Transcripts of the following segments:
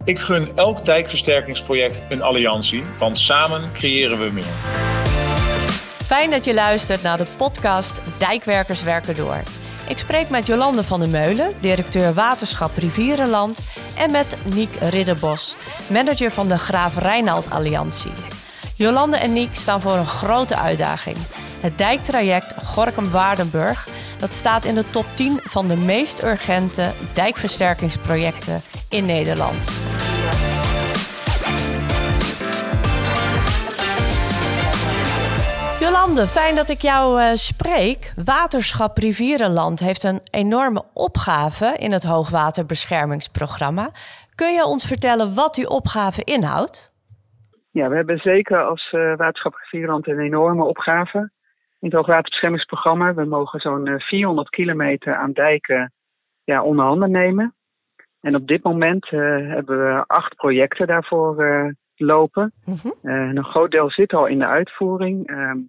Ik gun elk dijkversterkingsproject een alliantie, want samen creëren we meer. Fijn dat je luistert naar de podcast Dijkwerkers werken door. Ik spreek met Jolande van der Meulen, directeur Waterschap Rivierenland, en met Niek Ridderbos, manager van de Graaf Reinoud Alliantie. Jolande en Niek staan voor een grote uitdaging. Het dijktraject Gorinchem-Waardenburg, dat staat in de top 10 van de meest urgente dijkversterkingsprojecten in Nederland. Jolande, fijn dat ik jou spreek. Waterschap Rivierenland heeft een enorme opgave in het hoogwaterbeschermingsprogramma. Kun je ons vertellen wat die opgave inhoudt? Ja, we hebben zeker als Waterschap Rivierenland een enorme opgave in het hoogwaterbeschermingsprogramma. We mogen zo'n 400 kilometer aan dijken onder handen nemen. En op dit moment hebben we 8 projecten daarvoor lopen. Een groot deel zit al in de uitvoering.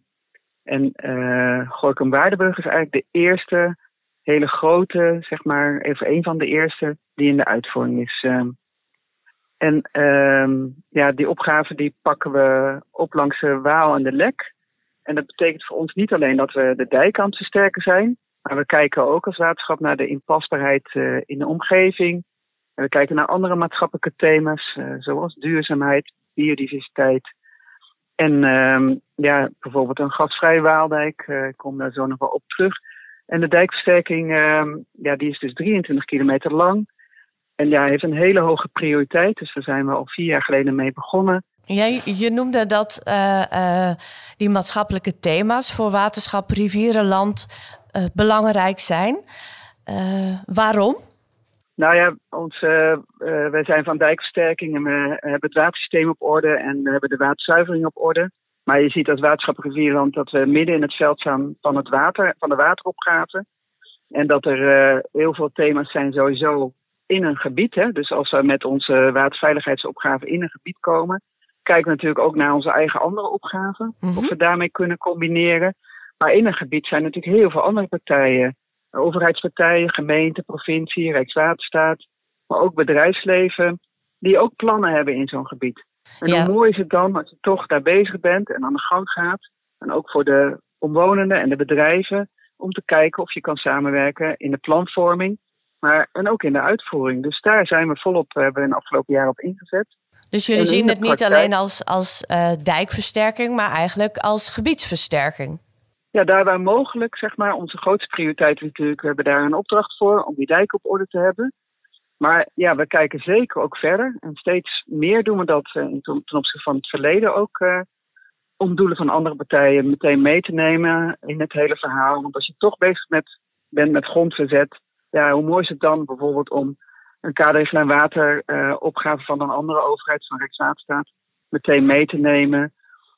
Gorinchem-Waardenburg is eigenlijk de eerste hele grote, zeg maar, even een van de eerste die in de uitvoering is. Die opgave die pakken we op langs de Waal en de Lek. En dat betekent voor ons niet alleen dat we de dijk aan het versterken zijn, maar we kijken ook als waterschap naar de inpasbaarheid in de omgeving. En we kijken naar andere maatschappelijke thema's, zoals duurzaamheid, biodiversiteit. En bijvoorbeeld een gasvrije Waaldijk, ik kom daar zo nog wel op terug. En de dijkversterking, die is dus 23 kilometer lang. En heeft een hele hoge prioriteit, dus daar zijn we al 4 jaar geleden mee begonnen. Je noemde dat die maatschappelijke thema's voor Waterschap Rivierenland belangrijk zijn. Waarom? Nou ja, wij zijn van dijkversterking en we hebben het watersysteem op orde en we hebben de waterzuivering op orde. Maar je ziet als Waterschap Rivierenland dat we midden in het veld staan van het water, van de wateropgave. En dat er heel veel thema's zijn sowieso in een gebied. Hè? Dus als we met onze waterveiligheidsopgave in een gebied komen, kijken we natuurlijk ook naar onze eigen andere opgaven. Of we daarmee kunnen combineren. Maar in een gebied zijn natuurlijk heel veel andere partijen. Overheidspartijen, gemeente, provincie, Rijkswaterstaat. Maar ook bedrijfsleven die ook plannen hebben in zo'n gebied. En hoe mooi is het dan als je toch daar bezig bent en aan de gang gaat. En ook voor de omwonenden en de bedrijven. Om te kijken of je kan samenwerken in de planvorming. En ook in de uitvoering. Dus daar zijn we volop, hebben we in de afgelopen jaren op ingezet. Dus jullie zien het niet alleen als dijkversterking, maar eigenlijk als gebiedsversterking? Ja, daar waar mogelijk, zeg maar. Onze grootste prioriteit is natuurlijk, we hebben daar een opdracht voor om die dijk op orde te hebben. Maar we kijken zeker ook verder. En steeds meer doen we dat ten opzichte van het verleden ook. Om doelen van andere partijen meteen mee te nemen in het hele verhaal. Want als je toch bezig bent met grondverzet, hoe mooi is het dan bijvoorbeeld om een kaderrichtlijn wateropgave van een andere overheid, van Rijkswaterstaat, meteen mee te nemen.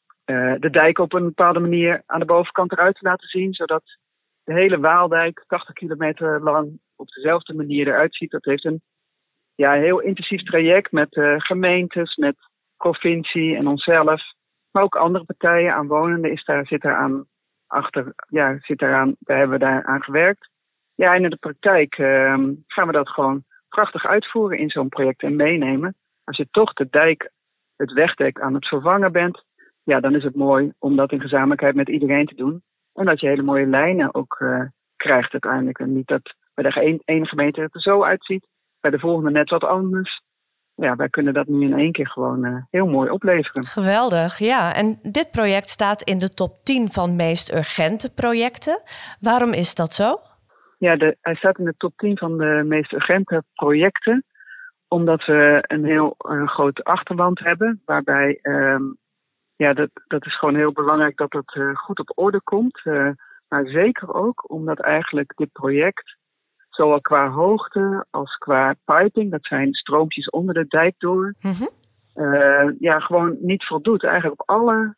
De dijk op een bepaalde manier aan de bovenkant eruit te laten zien, zodat de hele Waaldijk 80 kilometer lang op dezelfde manier eruit ziet. Dat heeft een heel intensief traject met gemeentes, met provincie en onszelf. Maar ook andere partijen, aanwonenden daar hebben we daar aan gewerkt. Ja, en in de praktijk gaan we dat gewoon prachtig uitvoeren in zo'n project en meenemen. Als je toch de dijk, het wegdek aan het vervangen bent, dan is het mooi om dat in gezamenlijkheid met iedereen te doen. En dat je hele mooie lijnen ook krijgt uiteindelijk. En niet dat bij de ene gemeente het er zo uitziet, bij de volgende net wat anders. Wij kunnen dat nu in één keer gewoon heel mooi opleveren. Geweldig, ja. En dit project staat in de top 10 van meest urgente projecten. Waarom is dat zo? Ja, hij staat in de top 10 van de meest urgente projecten. Omdat we een heel grote achterwand hebben. Waarbij, dat is gewoon heel belangrijk dat het goed op orde komt. Maar zeker ook omdat eigenlijk dit project, zowel qua hoogte als qua piping, dat zijn stroompjes onder de dijk door, gewoon niet voldoet. Eigenlijk op alle,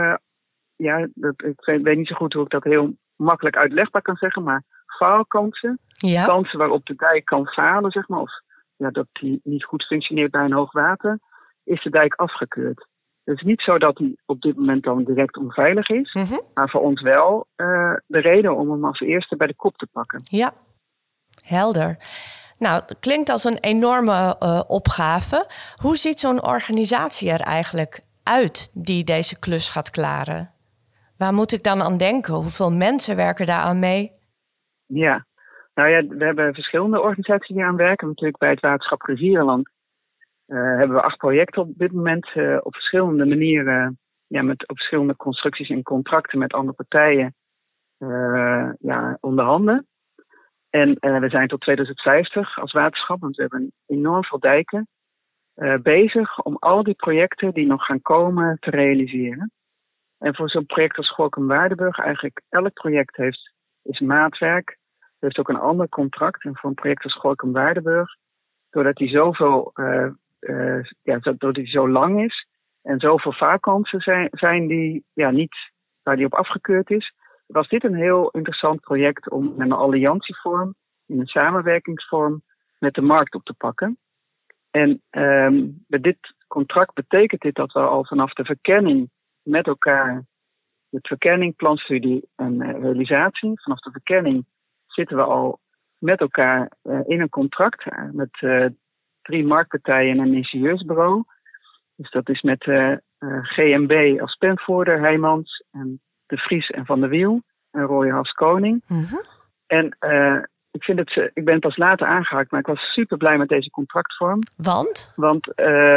ik weet niet zo goed hoe ik dat heel makkelijk uitlegbaar kan zeggen, maar faalkansen, kansen waarop de dijk kan falen, zeg maar, of dat die niet goed functioneert bij een hoog water, is de dijk afgekeurd. Het is niet zo dat hij op dit moment dan direct onveilig is, maar voor ons wel de reden om hem als eerste bij de kop te pakken. Ja, helder. Nou, dat klinkt als een enorme opgave. Hoe ziet zo'n organisatie er eigenlijk uit die deze klus gaat klaren? Waar moet ik dan aan denken? Hoeveel mensen werken daaraan mee? Ja, nou ja, we hebben verschillende organisaties die aan werken. Natuurlijk bij het Waterschap Rivierenland hebben we 8 projecten op dit moment op verschillende manieren, op verschillende constructies en contracten met andere partijen onder handen. En we zijn tot 2050 als waterschap, want we hebben enorm veel dijken, bezig om al die projecten die nog gaan komen te realiseren. En voor zo'n project als Gorinchem-Waardenburg, eigenlijk elk project is maatwerk. Heeft ook een ander contract. En voor een project als Gorinchem-Waardenburg, doordat die doordat die zo lang is en zoveel vaarkansen zijn die niet waar die op afgekeurd is, was dit een heel interessant project om met een alliantievorm, in een samenwerkingsvorm, met de markt op te pakken. En bij dit contract betekent dit dat we al vanaf de verkenning met elkaar, het verkenning, planstudie en realisatie, vanaf de verkenning zitten we al met elkaar in een contract met 3 marktpartijen en een ingenieursbureau. Dus dat is met GMB als penvoerder, Heijmans en De Vries en Van der Wiel en Royal Koning. Mm-hmm. En ik ben pas later aangehaakt, maar ik was super blij met deze contractvorm. Want? Want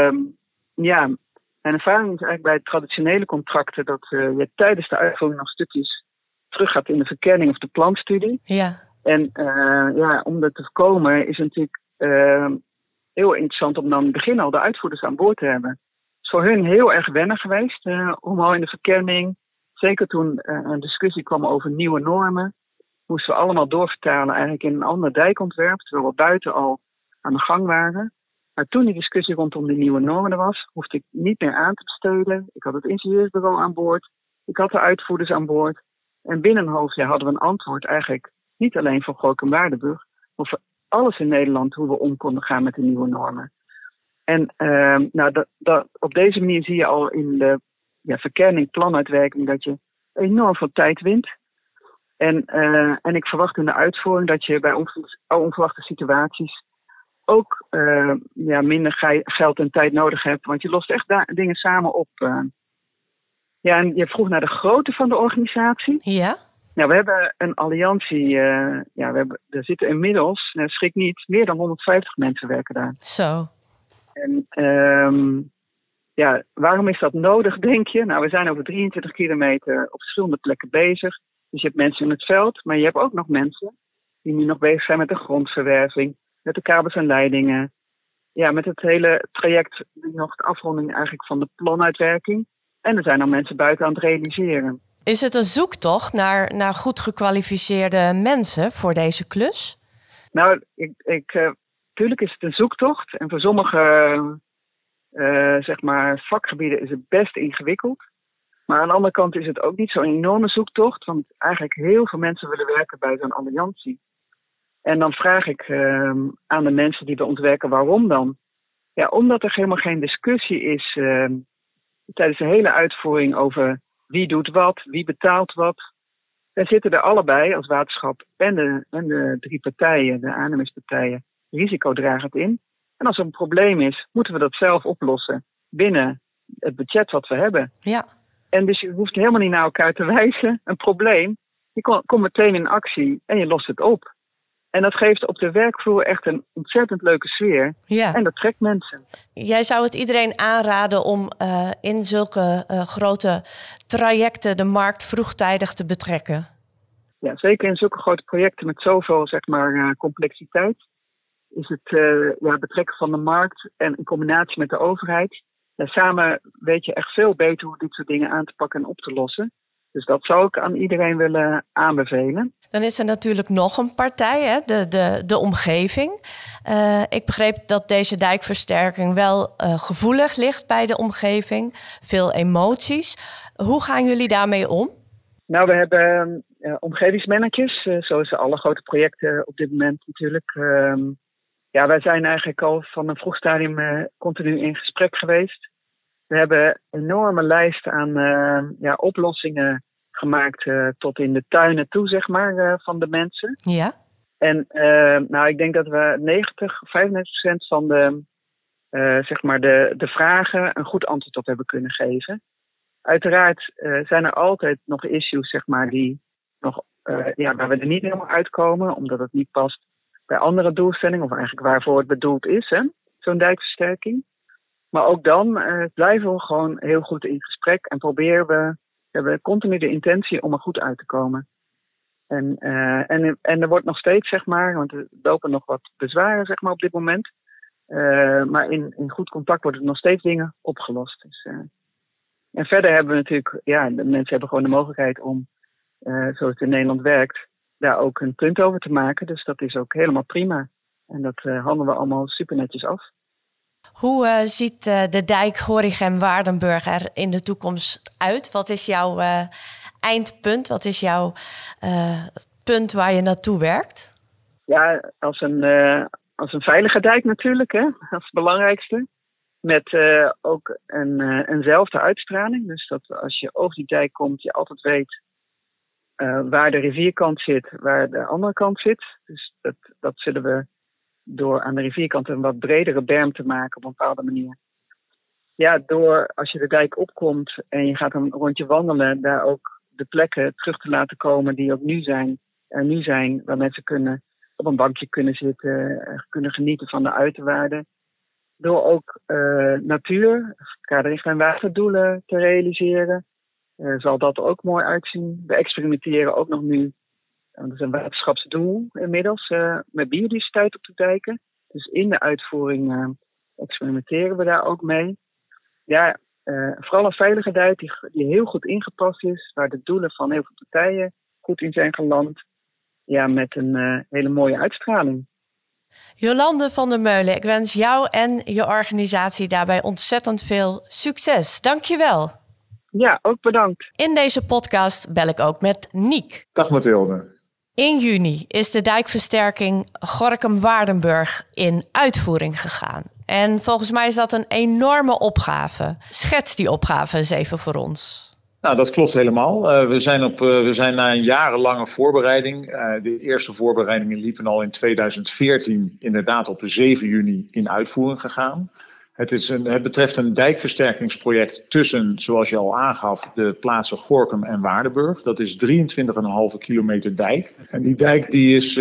mijn ervaring is eigenlijk bij traditionele contracten dat je tijdens de uitvoering nog stukjes terug gaat in de verkenning of de planstudie. Ja. En om dat te voorkomen is het natuurlijk heel interessant om dan in het begin al de uitvoerders aan boord te hebben. Het is voor hun heel erg wennen geweest om al in de verkenning, zeker toen een discussie kwam over nieuwe normen, moesten we allemaal doorvertalen eigenlijk in een ander dijkontwerp, terwijl we buiten al aan de gang waren. Maar toen die discussie rondom de nieuwe normen er was, hoefde ik niet meer aan te besteden. Ik had het ingenieursbureau aan boord, ik had de uitvoerders aan boord. En binnen een half jaar hadden we een antwoord eigenlijk niet alleen voor Gorinchem-Waardenburg, maar voor alles in Nederland hoe we om konden gaan met de nieuwe normen. En op deze manier zie je al in de verkenning, planuitwerking dat je enorm veel tijd wint. En ik verwacht in de uitvoering dat je bij onverwachte situaties ook minder geld en tijd nodig hebt. Want je lost echt dingen samen op. En je vroeg naar de grootte van de organisatie. Ja. Nou, we hebben een alliantie. Er zitten inmiddels, schrik niet, meer dan 150 mensen werken daar. Zo. En waarom is dat nodig, denk je? Nou, we zijn over 23 kilometer op verschillende plekken bezig. Dus je hebt mensen in het veld, maar je hebt ook nog mensen die nu nog bezig zijn met de grondverwerving, met de kabels en leidingen. Ja, met het hele traject, nog de afronding eigenlijk van de planuitwerking. En er zijn nog mensen buiten aan het realiseren. Is het een zoektocht naar goed gekwalificeerde mensen voor deze klus? Nou, tuurlijk is het een zoektocht. En voor sommige vakgebieden is het best ingewikkeld. Maar aan de andere kant is het ook niet zo'n enorme zoektocht. Want eigenlijk heel veel mensen willen werken bij zo'n alliantie. En dan vraag ik aan de mensen die bij ons werken, waarom dan? Ja, omdat er helemaal geen discussie is tijdens de hele uitvoering over wie doet wat, wie betaalt wat. Wij zitten er allebei als waterschap en de 3 partijen, de aannemerspartijen, risicodragend in. En als er een probleem is, moeten we dat zelf oplossen binnen het budget wat we hebben. Ja. En dus je hoeft helemaal niet naar elkaar te wijzen. Een probleem, je komt meteen in actie en je lost het op. En dat geeft op de werkvloer echt een ontzettend leuke sfeer. Ja. En dat trekt mensen. Jij zou het iedereen aanraden om in zulke grote trajecten de markt vroegtijdig te betrekken? Ja, zeker in zulke grote projecten met zoveel complexiteit is het betrekken van de markt en in combinatie met de overheid. Ja, samen weet je echt veel beter hoe dit soort dingen aan te pakken en op te lossen. Dus dat zou ik aan iedereen willen aanbevelen. Dan is er natuurlijk nog een partij, hè? De omgeving. Ik begreep dat deze dijkversterking wel gevoelig ligt bij de omgeving. Veel emoties. Hoe gaan jullie daarmee om? Nou, we hebben omgevingsmanagers, zoals alle grote projecten op dit moment natuurlijk. Wij zijn eigenlijk al van een vroeg stadium continu in gesprek geweest. We hebben een enorme lijst aan oplossingen gemaakt tot in de tuinen toe, van de mensen. Ja. En ik denk dat we 95% van de vragen een goed antwoord op hebben kunnen geven. Uiteraard zijn er altijd nog issues, die nog, waar we er niet helemaal uitkomen, omdat het niet past bij andere doelstellingen, of eigenlijk waarvoor het bedoeld is, hè? Zo'n dijkversterking. Maar ook dan blijven we gewoon heel goed in gesprek en we hebben continu de intentie om er goed uit te komen. En er wordt nog steeds, want er lopen nog wat bezwaren, op dit moment. Maar in goed contact worden er nog steeds dingen opgelost. Dus, en verder hebben we natuurlijk, de mensen hebben gewoon de mogelijkheid om, zoals het in Nederland werkt, daar ook een punt over te maken. Dus dat is ook helemaal prima. En dat handelen we allemaal super netjes af. Hoe ziet de dijk Gorinchem-Waardenburg er in de toekomst uit? Wat is jouw eindpunt? Wat is jouw punt waar je naartoe werkt? Ja, als een veilige dijk natuurlijk, hè, als het belangrijkste. Met ook eenzelfde uitstraling. Dus dat als je over die dijk komt, je altijd weet waar de rivierkant zit, waar de andere kant zit. Dus dat zullen we door aan de rivierkant een wat bredere berm te maken op een bepaalde manier. Ja, door als je de dijk opkomt en je gaat een rondje wandelen, daar ook de plekken terug te laten komen die ook nu zijn, waar mensen op een bankje kunnen zitten, kunnen genieten van de uiterwaarden. Door ook natuur, kaderrichtlijn waterdoelen te realiseren, zal dat ook mooi uitzien. We experimenteren ook nog nu, dat is een waterschapsdoel inmiddels, met biodiversiteit op de dijken. Dus in de uitvoering experimenteren we daar ook mee. Ja, vooral een veilige dijk die heel goed ingepast is, waar de doelen van heel veel partijen goed in zijn geland. Ja, met een hele mooie uitstraling. Jolande van der Meulen, ik wens jou en je organisatie daarbij ontzettend veel succes. Dank je wel. Ja, ook bedankt. In deze podcast bel ik ook met Niek. Dag Mathilde. In juni is de dijkversterking Gorinchem-Waardenburg in uitvoering gegaan. En volgens mij is dat een enorme opgave. Schets die opgave eens even voor ons. Nou, dat klopt helemaal. We zijn na een jarenlange voorbereiding. De eerste voorbereidingen liepen al in 2014 inderdaad op 7 juni in uitvoering gegaan. Het betreft een dijkversterkingsproject tussen, zoals je al aangaf, de plaatsen Gorinchem en Waardenburg. Dat is 23,5 kilometer dijk. En die dijk die is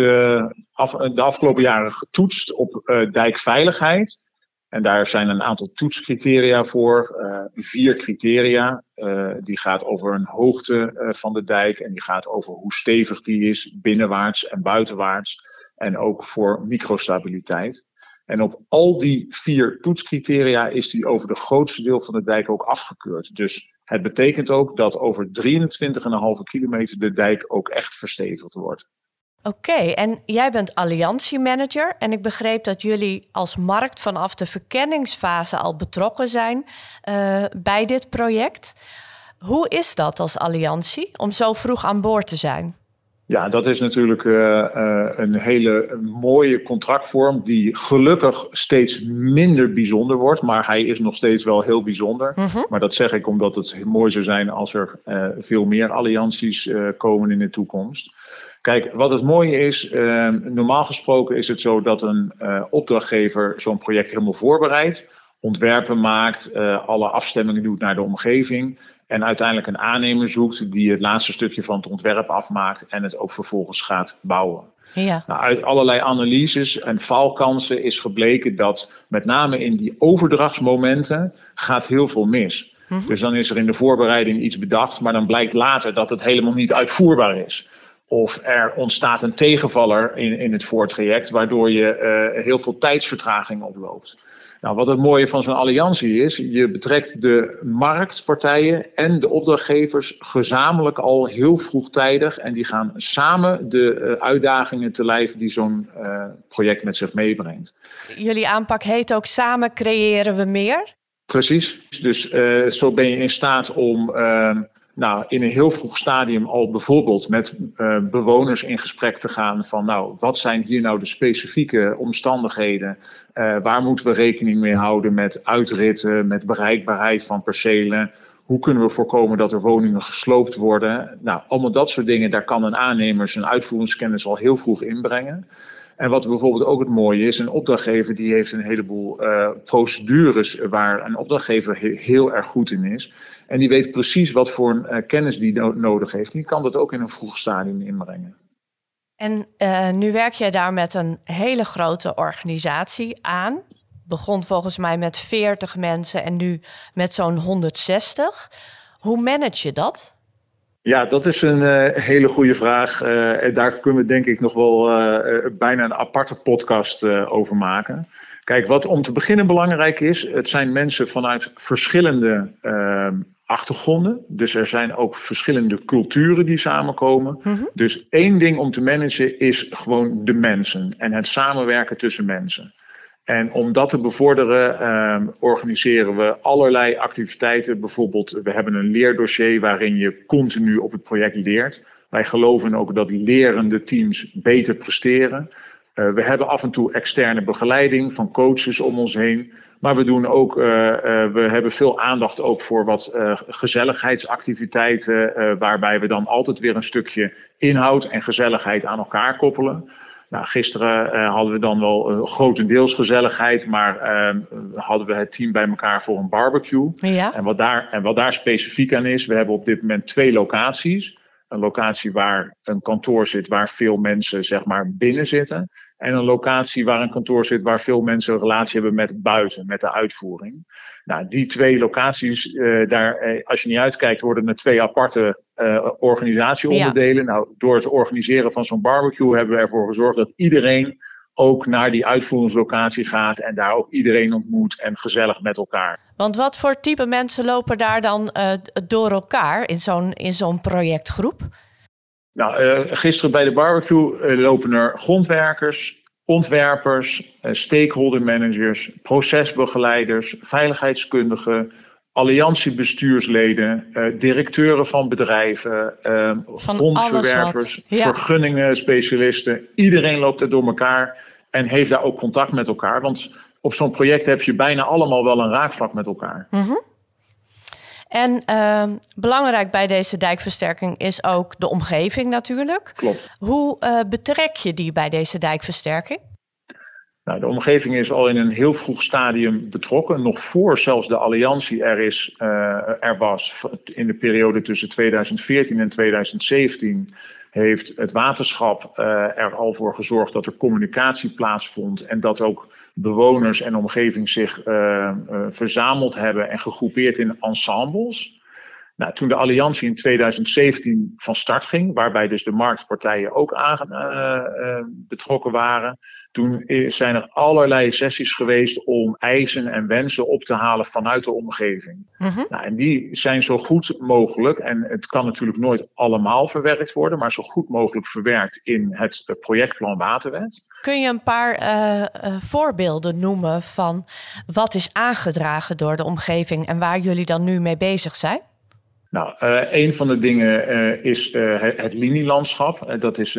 de afgelopen jaren getoetst op dijkveiligheid. En daar zijn een aantal toetscriteria voor. 4 criteria. Die gaat over een hoogte van de dijk. En die gaat over hoe stevig die is, binnenwaarts en buitenwaarts. En ook voor microstabiliteit. En op al die 4 toetscriteria is die over de grootste deel van de dijk ook afgekeurd. Dus het betekent ook dat over 23,5 kilometer de dijk ook echt verstevigd wordt. Oké, en jij bent alliantiemanager en ik begreep dat jullie als markt vanaf de verkenningsfase al betrokken zijn bij dit project. Hoe is dat als alliantie om zo vroeg aan boord te zijn? Ja, dat is natuurlijk een hele mooie contractvorm die gelukkig steeds minder bijzonder wordt. Maar hij is nog steeds wel heel bijzonder. Mm-hmm. Maar dat zeg ik omdat het mooi zou zijn als er veel meer allianties komen in de toekomst. Kijk, wat het mooie is, normaal gesproken is het zo dat een opdrachtgever zo'n project helemaal voorbereidt, ontwerpen maakt, alle afstemmingen doet naar de omgeving en uiteindelijk een aannemer zoekt die het laatste stukje van het ontwerp afmaakt en het ook vervolgens gaat bouwen. Ja. Nou, uit allerlei analyses en faalkansen is gebleken dat met name in die overdrachtsmomenten gaat heel veel mis. Mm-hmm. Dus dan is er in de voorbereiding iets bedacht, maar dan blijkt later dat het helemaal niet uitvoerbaar is. Of er ontstaat een tegenvaller in het voortraject, waardoor je heel veel tijdsvertraging oploopt. Nou, wat het mooie van zo'n alliantie is, je betrekt de marktpartijen en de opdrachtgevers gezamenlijk al heel vroegtijdig. En die gaan samen de uitdagingen te lijf die zo'n project met zich meebrengt. Jullie aanpak heet ook Samen creëren we meer? Precies, dus zo ben je in staat om in een heel vroeg stadium al bijvoorbeeld met bewoners in gesprek te gaan van wat zijn hier nou de specifieke omstandigheden? Waar moeten we rekening mee houden met uitritten, met bereikbaarheid van percelen? Hoe kunnen we voorkomen dat er woningen gesloopt worden? Nou, allemaal dat soort dingen, daar kan een aannemer zijn uitvoeringskennis al heel vroeg inbrengen. En wat bijvoorbeeld ook het mooie is, een opdrachtgever die heeft een heleboel procedures waar een opdrachtgever heel erg goed in is. En die weet precies wat voor kennis die nodig heeft. Die kan dat ook in een vroeg stadium inbrengen. En nu werk jij daar met een hele grote organisatie aan. Begon volgens mij met 40 mensen en nu met zo'n 160. Hoe manage je dat? Ja, dat is een hele goede vraag. En daar kunnen we denk ik nog wel bijna een aparte podcast over maken. Kijk, wat om te beginnen belangrijk is, het zijn mensen vanuit verschillende achtergronden. Dus er zijn ook verschillende culturen die samenkomen. Mm-hmm. Dus één ding om te managen is gewoon de mensen en het samenwerken tussen mensen. En om dat te bevorderen organiseren we allerlei activiteiten. Bijvoorbeeld, we hebben een leerdossier waarin je continu op het project leert. Wij geloven ook dat lerende teams beter presteren. We hebben af en toe externe begeleiding van coaches om ons heen. Maar we doen ook, we hebben veel aandacht ook voor wat gezelligheidsactiviteiten. Waarbij we dan altijd weer een stukje inhoud en gezelligheid aan elkaar koppelen. Nou, gisteren hadden we dan wel grotendeels gezelligheid, maar hadden we het team bij elkaar voor een barbecue. Ja. En wat daar specifiek aan is, we hebben op dit moment 2 locaties. Een locatie waar een kantoor zit waar veel mensen zeg maar binnen zitten. En een locatie waar een kantoor zit waar veel mensen een relatie hebben met buiten, met de uitvoering. Nou, die 2 locaties, daar, als je niet uitkijkt, worden er 2 aparte organisatieonderdelen. Ja. Nou, door het organiseren van zo'n barbecue hebben we ervoor gezorgd dat iedereen ook naar die uitvoeringslocatie gaat en daar ook iedereen ontmoet en gezellig met elkaar. Want wat voor type mensen lopen daar dan door elkaar in zo'n projectgroep? Nou, gisteren bij de barbecue lopen er grondwerkers, ontwerpers, stakeholder managers, procesbegeleiders, veiligheidskundigen, alliantiebestuursleden, directeuren van bedrijven, grondverwervers, vergunningen specialisten. Iedereen loopt er door elkaar en heeft daar ook contact met elkaar. Want op zo'n project heb je bijna allemaal wel een raakvlak met elkaar. Mm-hmm. En belangrijk bij deze dijkversterking is ook de omgeving natuurlijk. Klopt. Hoe betrek je die bij deze dijkversterking? Nou, de omgeving is al in een heel vroeg stadium betrokken. Nog voor zelfs de alliantie er was. In de periode tussen 2014 en 2017 heeft het waterschap er al voor gezorgd dat er communicatie plaatsvond. En dat ook bewoners en omgeving zich verzameld hebben en gegroepeerd in ensembles. Nou, toen de alliantie in 2017 van start ging, waarbij dus de marktpartijen ook betrokken waren, toen zijn er allerlei sessies geweest om eisen en wensen op te halen vanuit de omgeving. Mm-hmm. Nou, en die zijn zo goed mogelijk, en het kan natuurlijk nooit allemaal verwerkt worden, maar zo goed mogelijk verwerkt in het projectplan Waterwet. Kun je een paar voorbeelden noemen van wat is aangedragen door de omgeving en waar jullie dan nu mee bezig zijn? Nou, een van de dingen is het linielandschap. Dat is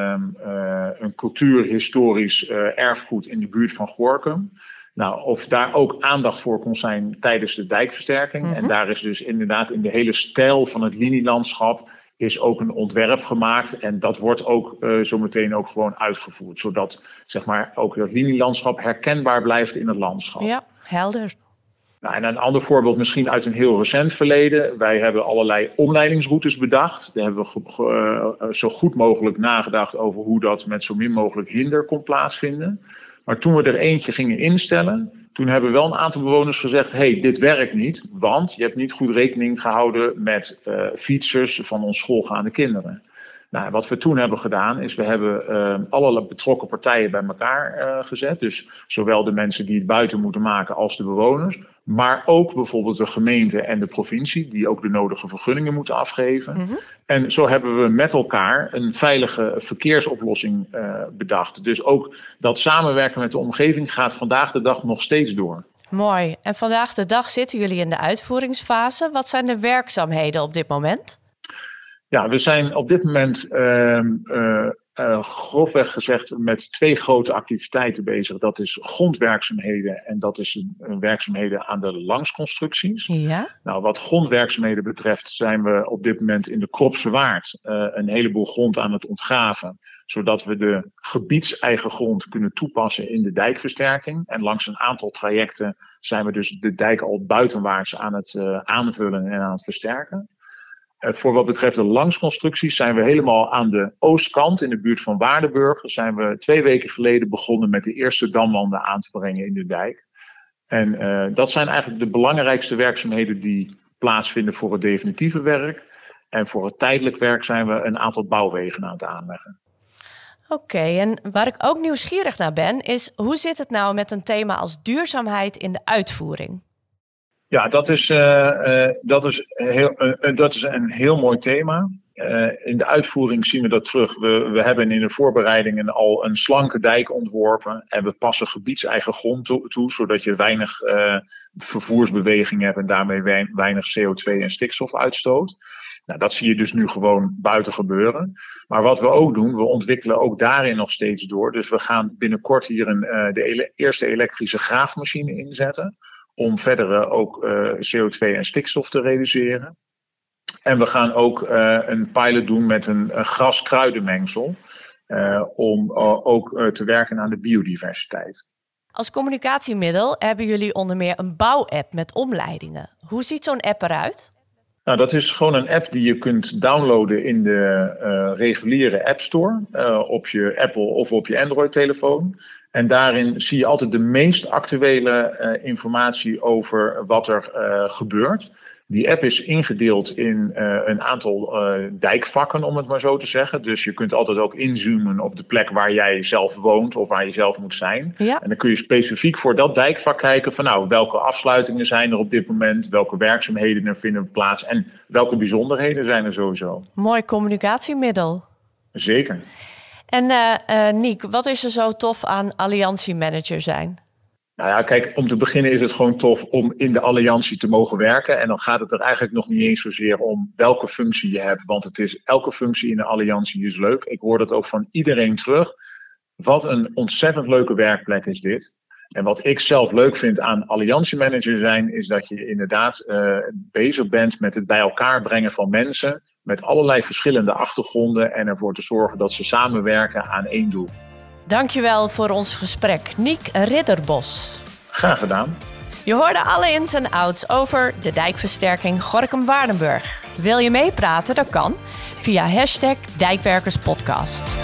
een cultuurhistorisch erfgoed in de buurt van Gorinchem. Nou, of daar ook aandacht voor kon zijn tijdens de dijkversterking. Mm-hmm. En daar is dus inderdaad in de hele stijl van het linielandschap is ook een ontwerp gemaakt. En dat wordt ook zometeen ook gewoon uitgevoerd. Zodat zeg maar, ook dat linielandschap herkenbaar blijft in het landschap. Ja, helder. Nou, en een ander voorbeeld misschien uit een heel recent verleden. Wij hebben allerlei omleidingsroutes bedacht. Daar hebben we zo goed mogelijk nagedacht over hoe dat met zo min mogelijk hinder kon plaatsvinden. Maar toen we er eentje gingen instellen, toen hebben wel een aantal bewoners gezegd, hey, dit werkt niet, want je hebt niet goed rekening gehouden met fietsers van ons schoolgaande kinderen. Nou, wat we toen hebben gedaan is, we hebben alle betrokken partijen bij elkaar gezet. Dus zowel de mensen die het buiten moeten maken als de bewoners. Maar ook bijvoorbeeld de gemeente en de provincie, die ook de nodige vergunningen moeten afgeven. Mm-hmm. En zo hebben we met elkaar een veilige verkeersoplossing bedacht. Dus ook dat samenwerken met de omgeving gaat vandaag de dag nog steeds door. Mooi. En vandaag de dag zitten jullie in de uitvoeringsfase. Wat zijn de werkzaamheden op dit moment? Ja, we zijn op dit moment grofweg gezegd met 2 grote activiteiten bezig. Dat is grondwerkzaamheden en dat is werkzaamheden aan de langsconstructies. Ja. Nou, wat grondwerkzaamheden betreft zijn we op dit moment in de Kropse Waard een heleboel grond aan het ontgraven. Zodat we de gebiedseigen grond kunnen toepassen in de dijkversterking. En langs een aantal trajecten zijn we dus de dijk al buitenwaarts aan het aanvullen en aan het versterken. Voor wat betreft de langsconstructies zijn we helemaal aan de oostkant in de buurt van Waardenburg. Zijn we 2 weken geleden begonnen met de eerste damwanden aan te brengen in de dijk. En dat zijn eigenlijk de belangrijkste werkzaamheden die plaatsvinden voor het definitieve werk. En voor het tijdelijk werk zijn we een aantal bouwwegen aan het aanleggen. Oké, en waar ik ook nieuwsgierig naar ben, is hoe zit het nou met een thema als duurzaamheid in de uitvoering? Ja, dat is een heel mooi thema. In de uitvoering zien we dat terug. We hebben in de voorbereidingen al een slanke dijk ontworpen. En we passen gebiedseigen grond toe, zodat je weinig vervoersbeweging hebt en daarmee weinig CO2 en stikstof uitstoot. Nou, dat zie je dus nu gewoon buiten gebeuren. Maar wat we ook doen, we ontwikkelen ook daarin nog steeds door. Dus we gaan binnenkort hier de eerste elektrische graafmachine inzetten. Om verdere ook CO2 en stikstof te reduceren. En we gaan ook een pilot doen met een gras-kruidenmengsel. Om ook te werken aan de biodiversiteit. Als communicatiemiddel hebben jullie onder meer een bouwapp met omleidingen. Hoe ziet zo'n app eruit? Nou, dat is gewoon een app die je kunt downloaden in de reguliere App Store. Op je Apple of op je Android-telefoon. En daarin zie je altijd de meest actuele informatie over wat er gebeurt. Die app is ingedeeld in een aantal dijkvakken, om het maar zo te zeggen. Dus je kunt altijd ook inzoomen op de plek waar jij zelf woont of waar je zelf moet zijn. Ja. En dan kun je specifiek voor dat dijkvak kijken van nou, welke afsluitingen zijn er op dit moment, welke werkzaamheden er vinden plaats en welke bijzonderheden zijn er sowieso. Mooi communicatiemiddel. Zeker. En Niek, wat is er zo tof aan alliantiemanager zijn? Nou ja, kijk, om te beginnen is het gewoon tof om in de alliantie te mogen werken. En dan gaat het er eigenlijk nog niet eens zozeer om welke functie je hebt. Want elke functie in de alliantie is leuk. Ik hoor dat ook van iedereen terug. Wat een ontzettend leuke werkplek is dit. En wat ik zelf leuk vind aan alliantiemanager zijn, is dat je inderdaad bezig bent met het bij elkaar brengen van mensen met allerlei verschillende achtergronden en ervoor te zorgen dat ze samenwerken aan één doel. Dankjewel voor ons gesprek, Niek Ridderbos. Graag gedaan. Je hoorde alle ins en outs over de dijkversterking Gorinchem-Waardenburg. Wil je meepraten? Dat kan via #Dijkwerkerspodcast.